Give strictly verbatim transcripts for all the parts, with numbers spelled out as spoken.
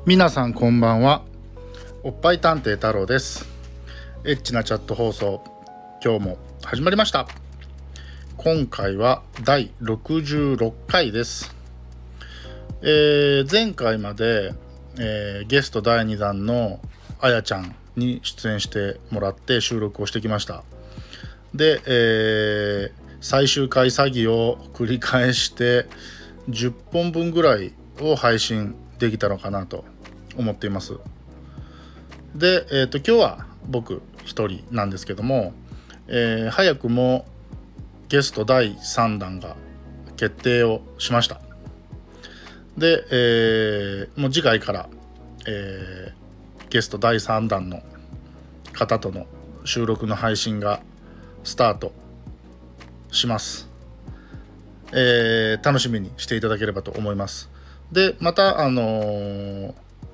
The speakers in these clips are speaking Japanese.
皆さんこんばんは。おっぱい探偵太郎です。エッチなチャット放送、今日も始まりました。今回はだいろくじゅうろっかいです。えー、前回まで、えー、ゲストだいにだんのあやちゃんに出演してもらって収録をしてきました。で、えー、最終回詐欺を繰り返してじゅっぽんぶんぐらいを配信できたのかなと思っています。で、えーと、今日は僕一人なんですけども、えー、早くもゲストだいさんだんが決定をしました。で、えー、もう次回から、えー、ゲストだいさんだんの方との収録の配信がスタートします。えー、楽しみにしていただければと思います。で、またあのー、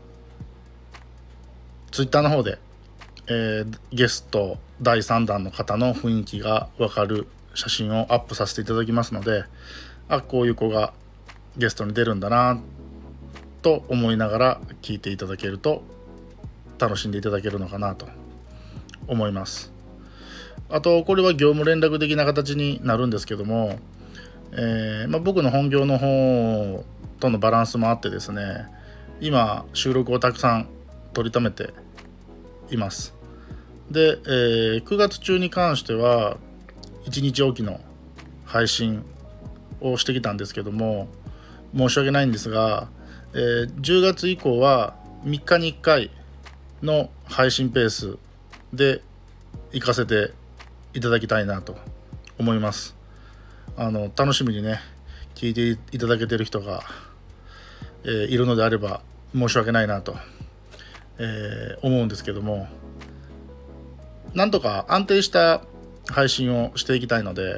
ツイッターの方で、えー、ゲストだいさんだんの方の雰囲気が分かる写真をアップさせていただきますので、あ、こういう子がゲストに出るんだなと思いながら聞いていただけると楽しんでいただけるのかなと思います。あとこれは業務連絡的な形になるんですけども、えーまあ、僕の本業の方とのバランスもあってですね、今収録をたくさん取りためています。で、えー、くがつ中に関してはいちにちおきの配信をしてきたんですけども、申し訳ないんですが、えー、じゅうがつ以降はみっかにいっかいの配信ペースで行かせていただきたいなと思います。あの楽しみにね聞いていただけてる人が、えー、いるのであれば申し訳ないなと、えー、思うんですけども、なんとか安定した配信をしていきたいので、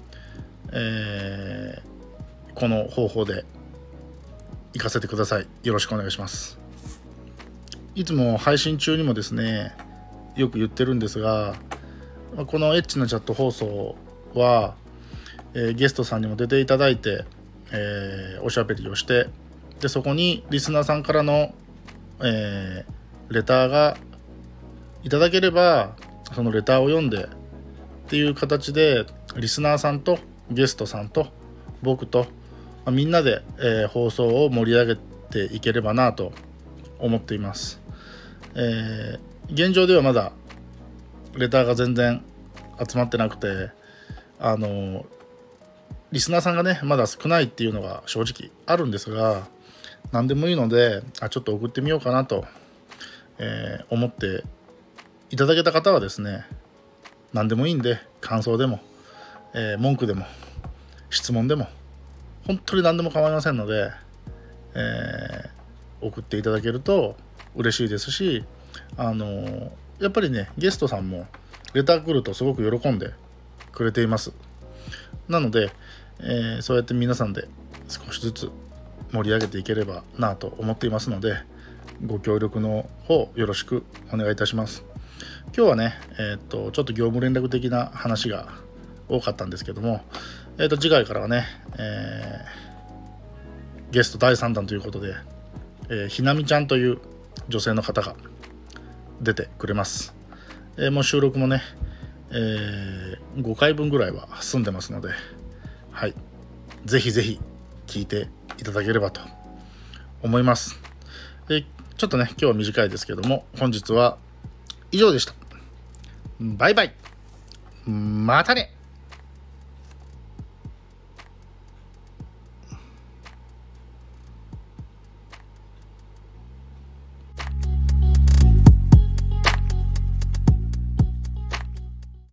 えー、この方法で行かせてください。よろしくお願いします。いつも配信中にもですねよく言ってるんですが、このエッチなチャット放送は、えー、ゲストさんにも出ていただいて、えー、おしゃべりをして、でそこにリスナーさんからの、えー、レターがいただければそのレターを読んでっていう形でリスナーさんとゲストさんと僕と、まあ、みんなで、えー、放送を盛り上げていければなと思っています。えー、現状ではまだレターが全然集まってなくて、あのリスナーさんがねまだ少ないっていうのが正直あるんですが、何でもいいのであちょっと送ってみようかなと、えー、思っていただけた方はですね、何でもいいんで感想でも、えー、文句でも質問でも本当に何でも構いませんので、えー、送っていただけると嬉しいですし、あのー、やっぱりねゲストさんもレター来るとすごく喜んでくれています。なので、えー、そうやって皆さんで少しずつ盛り上げていければなと思っていますので、ご協力の方よろしくお願いいたします。今日はね、えー、とちょっと業務連絡的な話が多かったんですけども、えー、と次回からはね、えー、ゲストだいさんだんということで、えー、ひなみちゃんという女性の方が出てくれます。えー、もう収録もね、えー、ごかいぶんぐらいは済んでますので、はい、ぜひぜひ聞いていただければと思います。でちょっとね今日は短いですけども、本日は以上でした。バイバイ。またね。